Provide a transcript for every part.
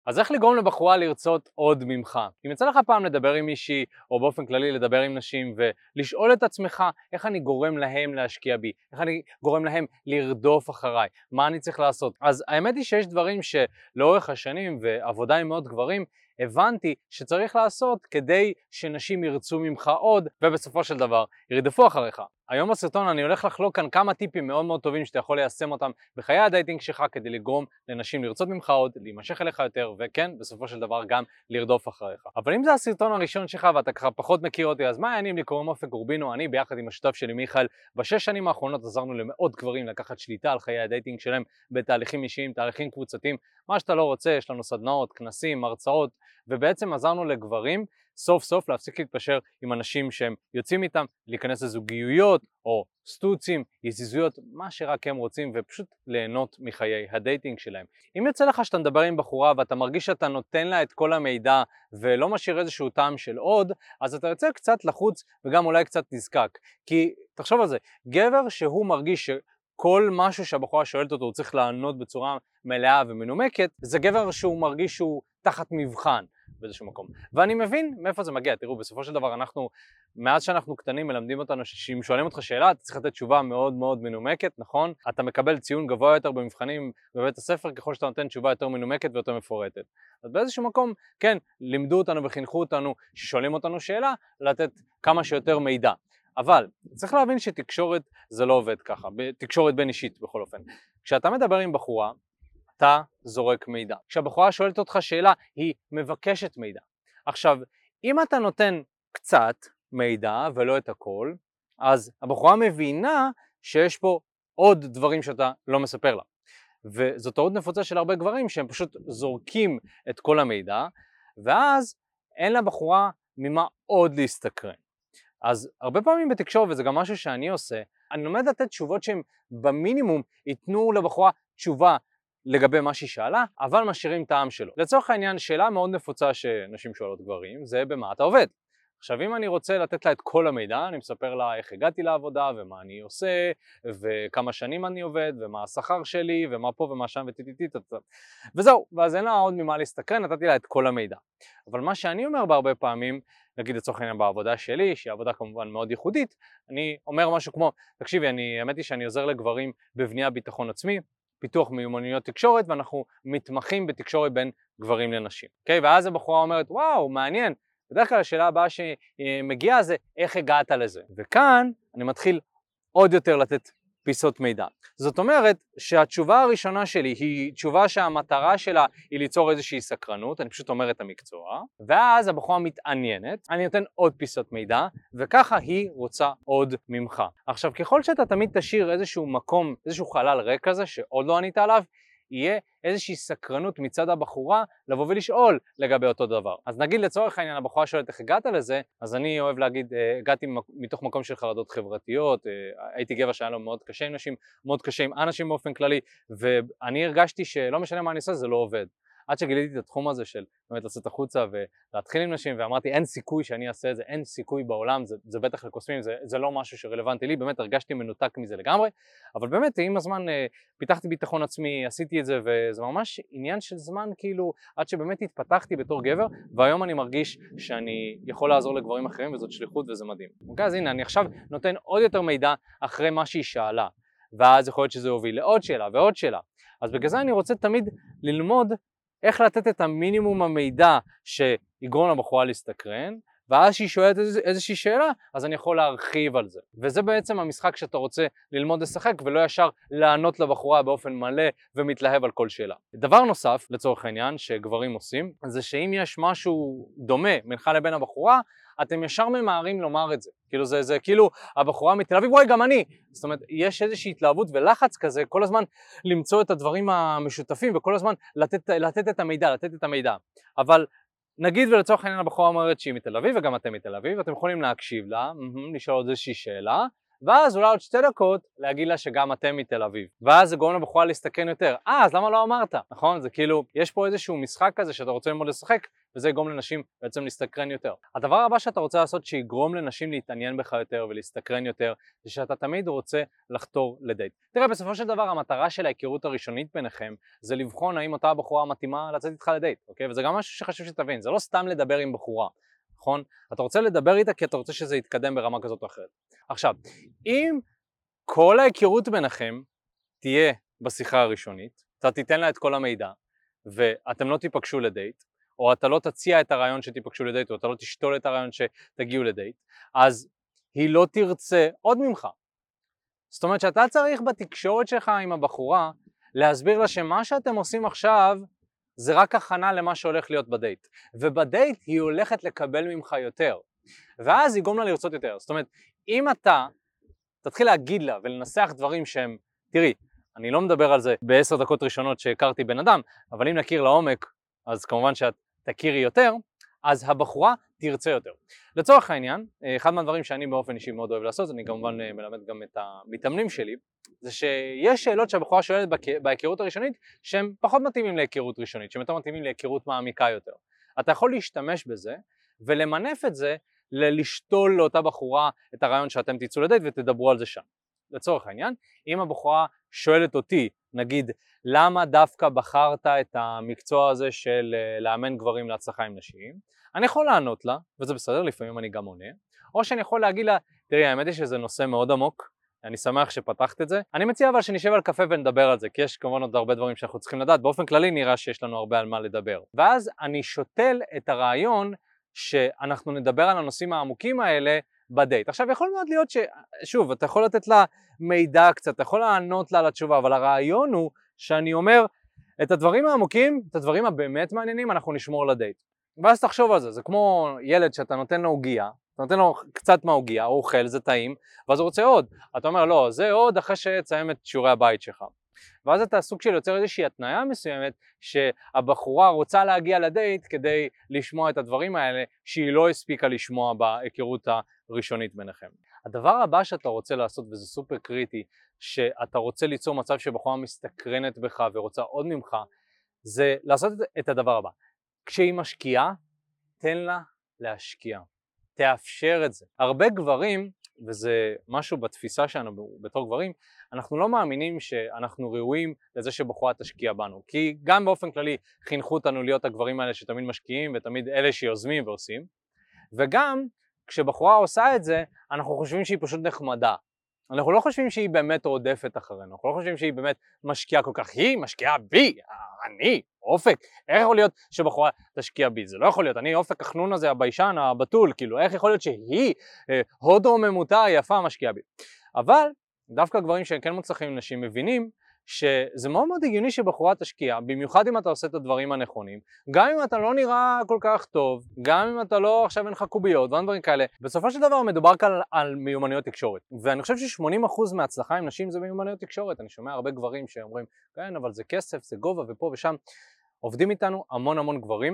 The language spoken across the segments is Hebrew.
אז איך לגרום לבחורה לרצות עוד ממך? אם יצא לך פעם לדבר עם מישהי, או באופן כללי לדבר עם נשים, ולשאול את עצמך איך אני גורם להם להשקיע בי, איך אני גורם להם לרדוף אחריי, מה אני צריך לעשות? אז האמת היא שיש דברים שלאורך השנים, ועבודה עם מאוד גברים, הבנתי שצריך לעשות כדי שנשים ירצו ממך עוד, ובסופו של דבר ירדפו אחריך. היום בסרטון אני הולך לחלוק כאן כמה טיפים מאוד מאוד טובים שאתה יכול ליישם אותם בחיי הדייטינג שלך כדי לגרום לנשים לרצות ממך עוד, להימשך אליך יותר, וכן, בסופו של דבר גם לרדוף אחריך. אבל אם זה הסרטון הראשון שלך ואתה ככה פחות מכיר אותי, אז מה העניינים? לי קוראים אופק גורבינו, אני ביחד עם השותף שלי מיכאל, בשש שנים האחרונות עזרנו למאות גברים לקחת שליטה על חיי הדייטינג שלהם בתהליכים אישיים, תהליכים קבוצתיים, מה שאתה לא רוצה, יש לנו סדנאות, כנסים, הרצאות, ובעצם עזרנו לגברים סוף סוף להפסיק להתפשר עם אנשים שהם יוצאים איתם, להיכנס לזוגיות או סטוצים, יזיזויות, מה שרק הם רוצים, ופשוט ליהנות מחיי הדייטינג שלהם. אם יוצא לך שאתה מדבר עם בחורה ואתה מרגיש שאתה נותן לה את כל המידע ולא משאיר איזשהו טעם של עוד, אז אתה יוצא קצת לחוץ וגם אולי קצת נזקק. כי תחשוב על זה, גבר שהוא מרגיש כל משהו שהבחורה שואלת אותו הוא צריך לענות בצורה מלאה ומנומקת, זה גבר שהוא מרגיש שהוא תחת מבחן באיזשהו מקום. ואני מבין מאיפה זה מגיע. תראו, בסופו של דבר מאז שאנחנו קטנים מלמדים אותנו שאם שואלים אותך שאלה, אתה צריך לתת תשובה מאוד מאוד מנומקת, נכון? אתה מקבל ציון גבוה יותר במבחנים בבית הספר ככל שאתה נותן תשובה יותר מנומקת ויותר מפורטת. אז באיזשהו מקום, כן, לימדו אותנו וחינכו אותנו ששואלים אותנו שאלה, לתת כמה שיותר מידע. אבל צריך להבין שתקשורת זה לא עובד ככה, תקשורת בין אישית בכל אופן. כשאתה מדבר עם בחורה, אתה זורק מידע. כשהבחורה שואלת אותך שאלה, היא מבקשת מידע. עכשיו, אם אתה נותן קצת מידע ולא את הכל, אז הבחורה מבינה שיש פה עוד דברים שאתה לא מספר לה. וזאת טעות נפוצה של הרבה גברים שהם פשוט זורקים את כל המידע, ואז אין לבחורה ממה עוד להסתקרן. אז הרבה פעמים בתקשורת, וזה גם משהו שאני עושה, אני לומד לתת תשובות שהן במינימום ייתנו לבחורה תשובה לגבי מה שהיא שאלה, אבל משאירים טעם שלו. לצורך העניין, שאלה מאוד נפוצה שנשים שואלות גברים, זה במה אתה עובד. עכשיו, אם אני רוצה לתת לה את כל המידע, אני מספר לה איך הגעתי לעבודה, ומה אני עושה, וכמה שנים אני עובד, ומה השכר שלי, ומה פה ומה שם, וזהו, ואז אין לה עוד ממה להסתקרן, נתתי לה את כל המידע. אבל מה שאני אומר בהרבה פעמים, נגיד לצורך העניין בעבודה שלי, שהיא עבודה כמובן מאוד ייחודית, אני אומר משהו כמו, תקשיבי, האמת היא שאני עוזר לגברים בבנייה ביטחון עצמי, פיתוח מיומנויות תקשורת, ואנחנו מתמחים בתקשורת בין גברים לנשים. אוקיי? ואז הבחורה אומרת, וואו, מעניין. בדרך כלל השאלה הבאה שמגיעה זה, איך הגעת לזה? וכאן אני מתחיל עוד יותר לתת פיסות מידע. זאת אומרת שהתשובה הראשונה שלי היא תשובה שהמטרה שלה היא ליצור איזושהי סקרנות, אני פשוט אומר את המקצוע, ואז הבחורה מתעניינת, אני נותן עוד פיסות מידע, וככה היא רוצה עוד ממך. עכשיו, ככל שאתה תמיד תשאיר איזשהו מקום, איזשהו חלל ריק כזה שעוד לא ענית עליו, יהיה איזושהי סקרנות מצד הבחורה לבוא ולשאול לגבי אותו דבר. אז נגיד לצורך העניין הבחורה שואלת איך הגעת לזה, אז אני אוהב להגיד, הגעתי מתוך מקום של חרדות חברתיות, הייתי גבר שהיה לו מאוד קשה עם נשים, מאוד קשה עם אנשים באופן כללי, ואני הרגשתי שלא משנה מה אני עושה, זה לא עובד. עד שגיליתי את התחום הזה של באמת לצאת החוצה ולהתחיל עם נשים, ואמרתי אין סיכוי שאני אעשה את זה, אין סיכוי בעולם, זה בטח לקוסמים, זה לא משהו שרלוונטי לי, באמת הרגשתי מנותק מזה לגמרי, אבל באמת עם הזמן פיתחתי ביטחון עצמי, עשיתי את זה, וזה ממש עניין של זמן כאילו, עד שבאמת התפתחתי בתור גבר, והיום אני מרגיש שאני יכול לעזור לגברים אחרים, וזאת שליחות וזה מדהים. אוקיי, אז הנה, אני עכשיו נותן עוד יותר מידע אחרי מה שהיא שאלה, ואז יכול להיות שזה הוביל לעוד שאלה ועוד שאלה. אז בגלל זה אני רוצה תמיד ללמוד איך לתת את המינימום המידע שיגרום לבחורה להסתקרן, ואז שהיא שואלת איזושהי שאלה, אז אני יכול להרחיב על זה. וזה בעצם המשחק שאתה רוצה ללמוד לשחק, ולא ישר לענות לבחורה באופן מלא ומתלהב על כל שאלה. דבר נוסף, לצורך העניין, שגברים עושים, זה שאם יש משהו דומה בינך לבין הבחורה, אתם ישר ממהרים לומר את זה. כאילו זה כאילו הבחורה מתל אביב, וואי גם אני. זאת אומרת, יש איזושהי התלהבות ולחץ כזה, כל הזמן למצוא את הדברים המשותפים, וכל הזמן לתת את המידע. אבל נגיד ולצורך העניין הבחורה אומרת שהיא מתל אביב, וגם אתם מתל אביב, אתם יכולים להקשיב לה, לשאול עוד איזושהי שאלה, ואז אולי עוד 2 דקות להגיד לה שגם אתם מתל אביב. ואז זה גורם לבחורה להסתכן יותר. אז למה לא אמרת? נכון? זה כאילו, יש פה איזשהו משחק כזה שאתה רוצה ללמוד לשחק, וזה יגרום לנשים בעצם להסתקרן יותר. הדבר הבא שאתה רוצה לעשות שיגרום לנשים להתעניין בך יותר ולהסתקרן יותר, זה שאתה תמיד רוצה לחתור לדייט. תראה, בסופו של דבר המטרה של ההיכרות הראשונית ביניכם זה לבחון האם אותה בחורה מתאימה לצאת איתך לדייט, אוקיי? וזה גם משהו שחשוב שתבין, זה לא סתם לדבר עם בחורה, נכון? אתה רוצה לדבר איתה כי אתה רוצה שזה יתקדם ברמה כזאת או אחרת. עכשיו, אם כל ההיכרות ביניכם תהיה בשיחה הראשונית, אתה תיתן לה את כל המידע ואתם לא תיפגשו לדייט, או אתה לא תציע את הרעיון שתיפגשו לדייט, או אתה לא תשתול את הרעיון שתגיעו לדייט, אז היא לא תרצה עוד ממך. זאת אומרת שאתה צריך בתקשורת שלך עם הבחורה להסביר לה שמה שאתם עושים עכשיו זה רק הכנה למה שהולך להיות בדייט, ובדייט היא הולכת לקבל ממך יותר, ואז היא גורם לה לרצות יותר. זאת אומרת, אם אתה תתחיל להגיד לה ולנסח דברים שהם, תראי, אני לא מדבר על זה ב10 דקות ראשונות שהכרתי בן אדם, אבל אם נכיר לעומק, אז כמובן שאת תכירי יותר, אז הבחורה תרצה יותר. לצורך העניין, אחד מהדברים שאני באופן אישי מאוד אוהב לעשות, אני כמובן מלמד גם את המתאמנים שלי, זה שיש שאלות שהבחורה שואלת בהיכרות הראשונית, שהם פחות מתאימים להיכרות ראשונית, שהם יותר מתאימים להיכרות מעמיקה יותר. אתה יכול להשתמש בזה, ולמנף את זה, לשתול לאותה בחורה את הרעיון שאתם תצאו לדייט ותדברו על זה שם. לצורך העניין, אם הבחורה שואלת אותי, נגיד, למה דווקא בחרת את המקצוע הזה של לאמן גברים להצלחה עם נשים, אני יכול לענות לה, וזה בסדר, לפעמים אני גם עונה, או שאני יכול להגיד לה, תראי, האמת היא שזה נושא מאוד עמוק, אני שמח שפתחת את זה, אני מציע אבל שנשב על קפה ונדבר על זה, כי יש כמובן עוד הרבה דברים שאנחנו צריכים לדעת, באופן כללי נראה שיש לנו הרבה על מה לדבר. ואז אני שותל את הרעיון שאנחנו נדבר על הנושאים העמוקים האלה בדייט. עכשיו יכול מאוד להיות שוב, אתה יכול לתת לה מידע קצת, אתה יכול לענות לה על התשובה, אבל הרעיון הוא שאני אומר, את הדברים העמוקים, את הדברים הבאמת מעניינים, אנחנו נשמור לדייט. ואז תחשוב על זה, זה כמו ילד שאתה נותן לו עוגיה, אתה נותן לו קצת מהעוגיה, הוא אוכל, זה טעים, ואז הוא רוצה עוד. אתה אומר, לא, זה עוד אחרי שתסיים את שיעורי הבית שלך. ואז אתה סוג של יוצר איזושהי התניה מסוימת שהבחורה רוצה להגיע לדייט כדי לשמוע את הדברים האלה שהיא לא הספיקה לשמוע בהיכרות הראשונית ביניכם. הדבר הבא שאתה רוצה לעשות, וזה סופר קריטי, שאתה רוצה ליצור מצב שבחורה מסתקרנת בך ורוצה עוד ממך, זה לעשות את הדבר הבא. כשהיא משקיעה, תן לה להשקיע. תאפשר את זה. הרבה גברים, וזה משהו בתפיסה שלנו בתור גברים, אנחנו לא מאמינים שאנחנו ראויים לזה שבחורה תשקיע בנו, כי גם באופן כללי חינכו אותנו להיות הגברים האלה שתמיד משקיעים ותמיד אלה שיוזמים ועושים, וגם כשבחורה עושה את זה, אנחנו חושבים שהיא פשוט נחמדה. אנחנו לא חושבים שהיא באמת רודפת אחרינו, אנחנו לא חושבים שהיא באמת משקיעה כל כך, היא משקיעה בי, אני, אופק, איך יכול להיות שבחורה תשקיע בי? זה לא יכול להיות, אני אופק החנון הזה, הביישן, הבתול, כאילו, איך יכול להיות שהיא, הוד רוממותה היפה, משקיעה בי? אבל דווקא גברים שהם כן מוצלחים עם נשים מבינים שזה מאוד מאוד הגיוני שבחורה תשקיע, במיוחד אם אתה עושה את הדברים הנכונים, גם אם אתה לא נראה כל כך טוב, גם אם אתה לא עכשיו אין לך קוביות ודברים כאלה. בסופו של דבר מדובר כאן על מיומנויות תקשורת, ואני חושב ש80% מההצלחה עם נשים זה מיומנויות תקשורת. אני שומע הרבה גברים שאומרים, כן, אבל זה כסף, זה גובה ופה ושם. עובדים איתנו המון גברים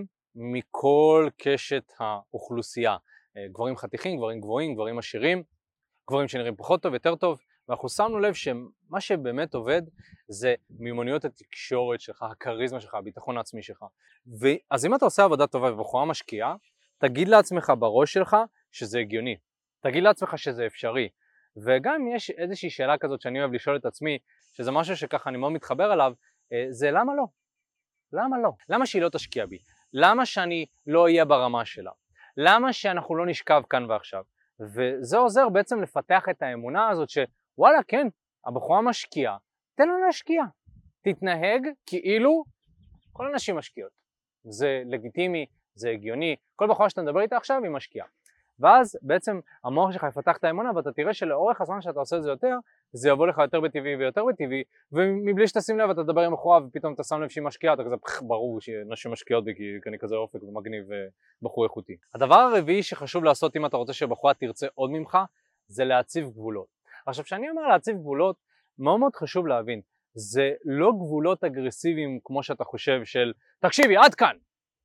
מכל קשת האוכלוסייה, גברים חתיכים, גברים גבוהים, גברים עשירים, גברים שנראים פחות טוב, יותר טוב, ואנחנו שמנו לב שמה שבאמת עובד זה מיומנויות התקשורת שלך, הכריזמה שלך, הביטחון העצמי שלך. אז אם אתה עושה עבודה טובה ובחורה משקיעה, תגיד לעצמך בראש שלך שזה הגיוני, תגיד לעצמך שזה אפשרי. וגם אם יש איזושהי שאלה כזאת שאני אוהב לשאול את עצמי, שזה משהו שככה אני מאוד מתחבר עליו, זה למה לא? למה לא? למה שהיא לא תשקיע בי? למה שאני לא אהיה ברמה שלה? למה שאנחנו לא נשכב כאן ועכשיו? וזה עוזר בעצם לפתח את האמונה הזאת שוואלה כן, הבחורה משקיעה, תן לה להשקיע. תתנהג כאילו כל הנשים משקיעות. זה לגיטימי, זה הגיוני, כל בחורה שאתה מדבר איתה עכשיו היא משקיעה. ואז בעצם המוח שלך יפתח את האמונה ואתה תראה שלאורך הזמן שאתה עושה את זה יותר, זה יבוא לך יותר בטבעי ויותר בטבעי, ומבלי שתשים לב אתה תדבר עם בחורה ופתאום אתה שם לב שהיא משקיעה, אתה כזה ברור שנשים משקיעות בי כי אני כזה אופק ומגניב ובחור איכותי. הדבר הרביעי שחשוב לעשות אם אתה רוצה שבחורה תרצה עוד ממך, זה להציב גבולות. עכשיו כשאני אומר להציב גבולות, מאוד חשוב להבין, זה לא גבולות אגרסיביים כמו שאתה חושב של תקשיבי עד כאן,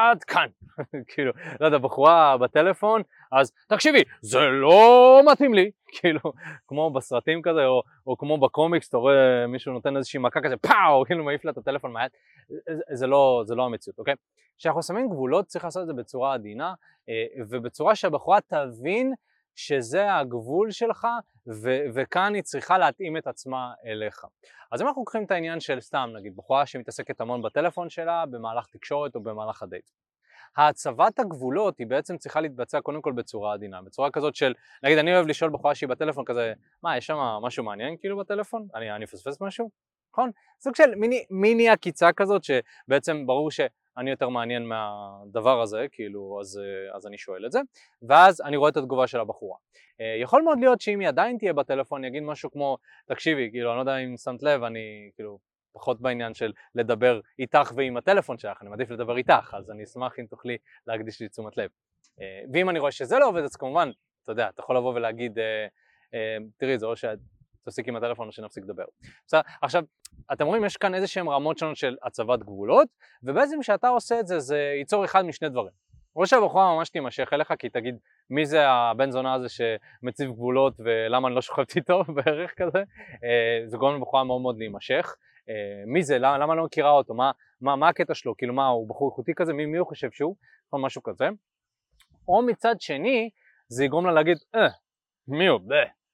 עד כאן. כאילו, לא יודע, בחורה בטלפון, אז תקשיבי, זה לא מתאים לי, כאילו, כמו בסרטים כזה, או כמו בקומיקס, אתה רואה מישהו נותן איזושהי מכה כזה, פאו, כאילו מעיף לה את הטלפון מהיד, זה לא המציאות, אוקיי? כשאנחנו שמים גבולות, צריך לעשות את זה בצורה עדינה, ובצורה שהבחורה תבין שזה הגבול שלך, וכאן היא צריכה להתאים את עצמה אליך. אז אם אנחנו לוקחים את העניין של סתם, נגיד, בחורה שמתעסקת המון בטלפון שלה, במהלך תקשורת או במהלך הדייט. הצבת הגבולות היא בעצם צריכה להתבצע קודם כל בצורה עדינה, בצורה כזאת של, נגיד, אני אוהב לשאול בחורה שהיא בטלפון כזה, מה, יש שם משהו מעניין כאילו בטלפון? אני פספס משהו? נכון? סוג של מיני עקיצה כזאת שבעצם ברור שאני יותר מעניין מהדבר הזה, כאילו, אז אני שואל את זה, ואז אני רואה את התגובה של הבחורה. יכול מאוד להיות שאם היא עדיין תהיה בטלפון, אני אגיד משהו כמו, תקשיבי, כאילו, אני לא יודע אם שמת לב, אני כאילו פחות בעניין של לדבר איתך ועם הטלפון שלך, אני מעדיף לדבר איתך, אז אני אשמח אם תוכלי להקדיש לי תשומת לב. ואם אני רואה שזה לא עובד, אז כמובן, אתה יודע, אתה יכול לבוא ולהגיד, תראי, זה או שתפסיק עם הטלפון או שנפסיק לדבר. עכשיו, אתם רואים, יש כאן איזשהם רמות שונות של הצבת גבולות, ובעצם כשאתה עושה את זה, זה ייצור אחד משני דברים. או שהבחורה ממש תימשך אליך, כי תגיד, מי זה הבן זונה הזה שמציב גבולות ולמה אני לא שוכבת איתו בערך כזה, זה גורם לבחורה מאוד מאוד להימשך. מי זה? למה אני לא מכירה אותו? מה הקטע שלו? כאילו מה, הוא בחור איכותי כזה? מי הוא חושב שהוא? משהו כזה. או מצד שני, זה יגרום לה להגיד, מי הוא?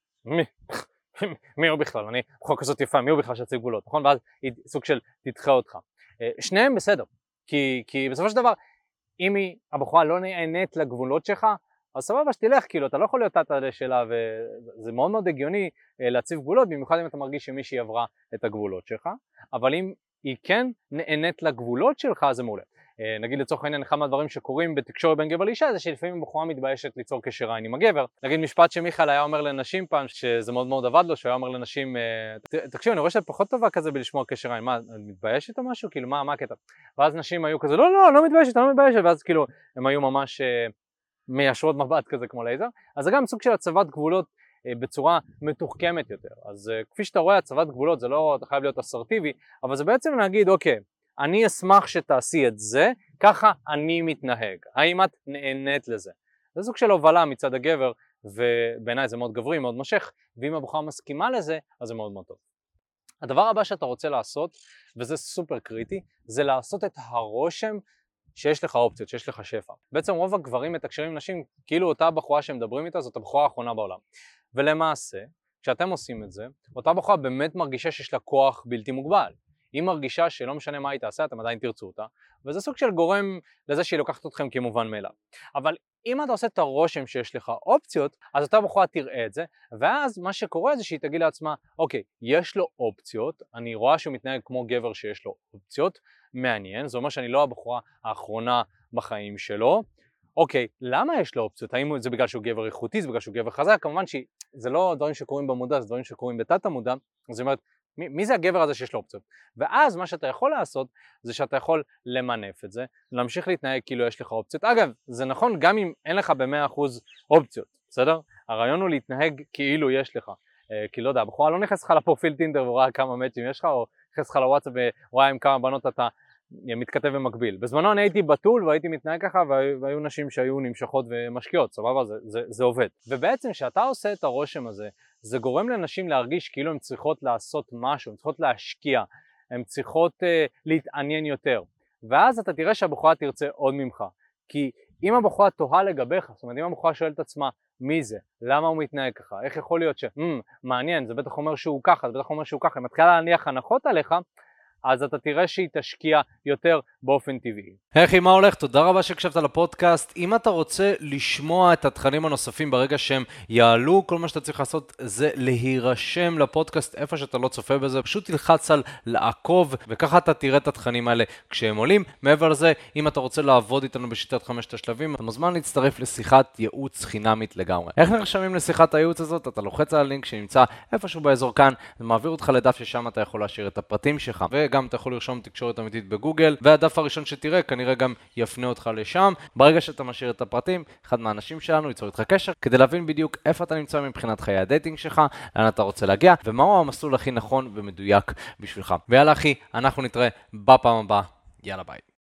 מי הוא בכלל? אני בחור כזאת יפה, מי הוא בכלל שיציב גבולות? נכון? ואז היא סוג של תדחה אותך. שניהם בסדר, כי בסופו של דבר, אם הבחורה לא נהנית לגבולות שלך, אז סבבה שתלך, כאילו, אתה לא יכול להיות תת שלה, וזה מאוד מאוד הגיוני להציב גבולות, במיוחד אם אתה מרגיש שמישהי עברה את הגבולות שלך, אבל אם היא כן נהנית לגבולות שלך, זה מעולה. נגיד לצורך העניין, אחד מהדברים שקורים בתקשורת בין גבר לאישה, זה שלפעמים בחורה מתביישת ליצור קשר עין עם הגבר. נגיד משפט שמיכאל היה אומר לנשים פעם, שזה מאוד מאוד עבד לו, שהוא היה אומר לנשים, תקשיב, אני רואה שאת פחות טובה כזה בלשמוע קשר עין, מה, את מתביישת או משהו? כאילו, מה הקטע? ואז נשים היו כזה, לא מתביישת, אני לא מתביישת, ואז כאילו, הם היו ממש מיישרות מבט כזה כמו לייזר. אז זה גם סוג של הצבת גבולות בצורה מתוחכמת יותר. אז כפי שאתה רואה, הצבת גבולות זה לא, אתה חייב להיות אסרטיבי, אבל זה בעצם להגיד, אוקיי, אני אשמח שתעשי את זה, ככה אני מתנהג. האם את נהנית לזה? זה סוג של הובלה מצד הגבר, ובעיניי זה מאוד גברי, מאוד מושך, ואם הבחורה מסכימה לזה, אז זה מאוד מאוד טוב. הדבר הבא שאתה רוצה לעשות, וזה סופר קריטי, זה לעשות את הרושם שיש לך אופציות, שיש לך שפע. בעצם רוב הגברים מתקשרים עם נשים, כאילו אותה בחורה שהם מדברים איתה, זאת הבחורה האחרונה בעולם. ולמעשה, כשאתם עושים את זה, אותה בחורה באמת מרגישה שיש לה כוח בלתי מוגבל. היא מרגישה שלא משנה מה היא תעשה, אתם עדיין תרצו אותה, וזה סוג של גורם לזה שהיא לוקחת אתכם כמובן מאליו. אבל אם אתה עושה את הרושם שיש לך אופציות, אז אותה בחורה תראה את זה, ואז מה שקורה זה שהיא תגיד לעצמה, אוקיי, יש לו אופציות, אני רואה שהוא מתנהג כמו גבר שיש לו אופציות, מעניין, זה אומר שאני לא הבחורה האחרונה בחיים שלו. אוקיי, למה יש לו אופציות? האם זה בגלל שהוא גבר איכותי, זה בגלל שהוא גבר חזק? כמובן שזה לא דברים שקורים במודע, זה דברים שקורים בתת המודע, זאת אומרת, מי זה הגבר הזה שיש לו אופציות? ואז מה שאתה יכול לעשות זה שאתה יכול למנף את זה, להמשיך להתנהג כאילו יש לך אופציות. אגב, זה נכון גם אם אין לך ב100% אופציות, בסדר? הרעיון הוא להתנהג כאילו יש לך. כי לא יודע, הבחורה לא נכנס לך לפרופיל טינדר ורואה כמה מאצ'ים יש לך, או נכנס לך לוואטסאפ ורואה עם כמה בנות אתה מתכתב במקביל. בזמנו אני הייתי בתול והייתי מתנהג ככה, והיו נשים שהיו נמשכות ומשקיעות, סבבה, זה עובד. ובעצם כשאתה עושה את הרושם הזה, זה גורם לנשים להרגיש כאילו הן צריכות לעשות משהו, הן צריכות להשקיע, הן צריכות להתעניין יותר. ואז אתה תראה שהבחורה תרצה עוד ממך. כי אם הבחורה תוהה לגביך, זאת אומרת אם הבחורה שואלת עצמה מי זה, למה הוא מתנהג ככה, איך יכול להיות מעניין, זה בטח אומר שהוא ככה, זה בטח אומר שהוא ככה, היא מתחילה להניח הנחות עליך, אז אתה תראה שהיא תשקיע יותר באופן טבעי. היי, מה הולך? תודה רבה שהקשבת לפודקאסט. אם אתה רוצה לשמוע את התכנים הנוספים ברגע שהם יעלו, כל מה שאתה צריך לעשות זה להירשם לפודקאסט איפה שאתה לא צופה בזה, פשוט תלחץ על לעקוב, וככה אתה תראה את התכנים האלה כשהם עולים. מעבר לזה, אם אתה רוצה לעבוד איתנו בשיטת 5 השלבים, אתה מוזמן להצטרף לשיחת ייעוץ חינמית לגמרי. איך נרשמים לשיחת הייעוץ הזאת? אתה לוחץ על הלינק שנמצא איפשהו באזור כאן, זה מעביר אותך לדף ששם אתה יכול להשאיר את הפרטים שלך. וגם אתה יכול לרשום תקשורת אמיתית בגוגל, והדף הראשון שתראה כנראה גם יפנה אותך לשם. ברגע שאתה משאיר את הפרטים, אחד מהאנשים שלנו ייצור איתך קשר, כדי להבין בדיוק איפה אתה נמצא מבחינת חיי הדייטינג שלך, לאן אתה רוצה להגיע, ומהו המסלול הכי נכון ומדויק בשבילך. ויאללה אחי, אנחנו נתראה בפעם הבאה. יאללה ביי.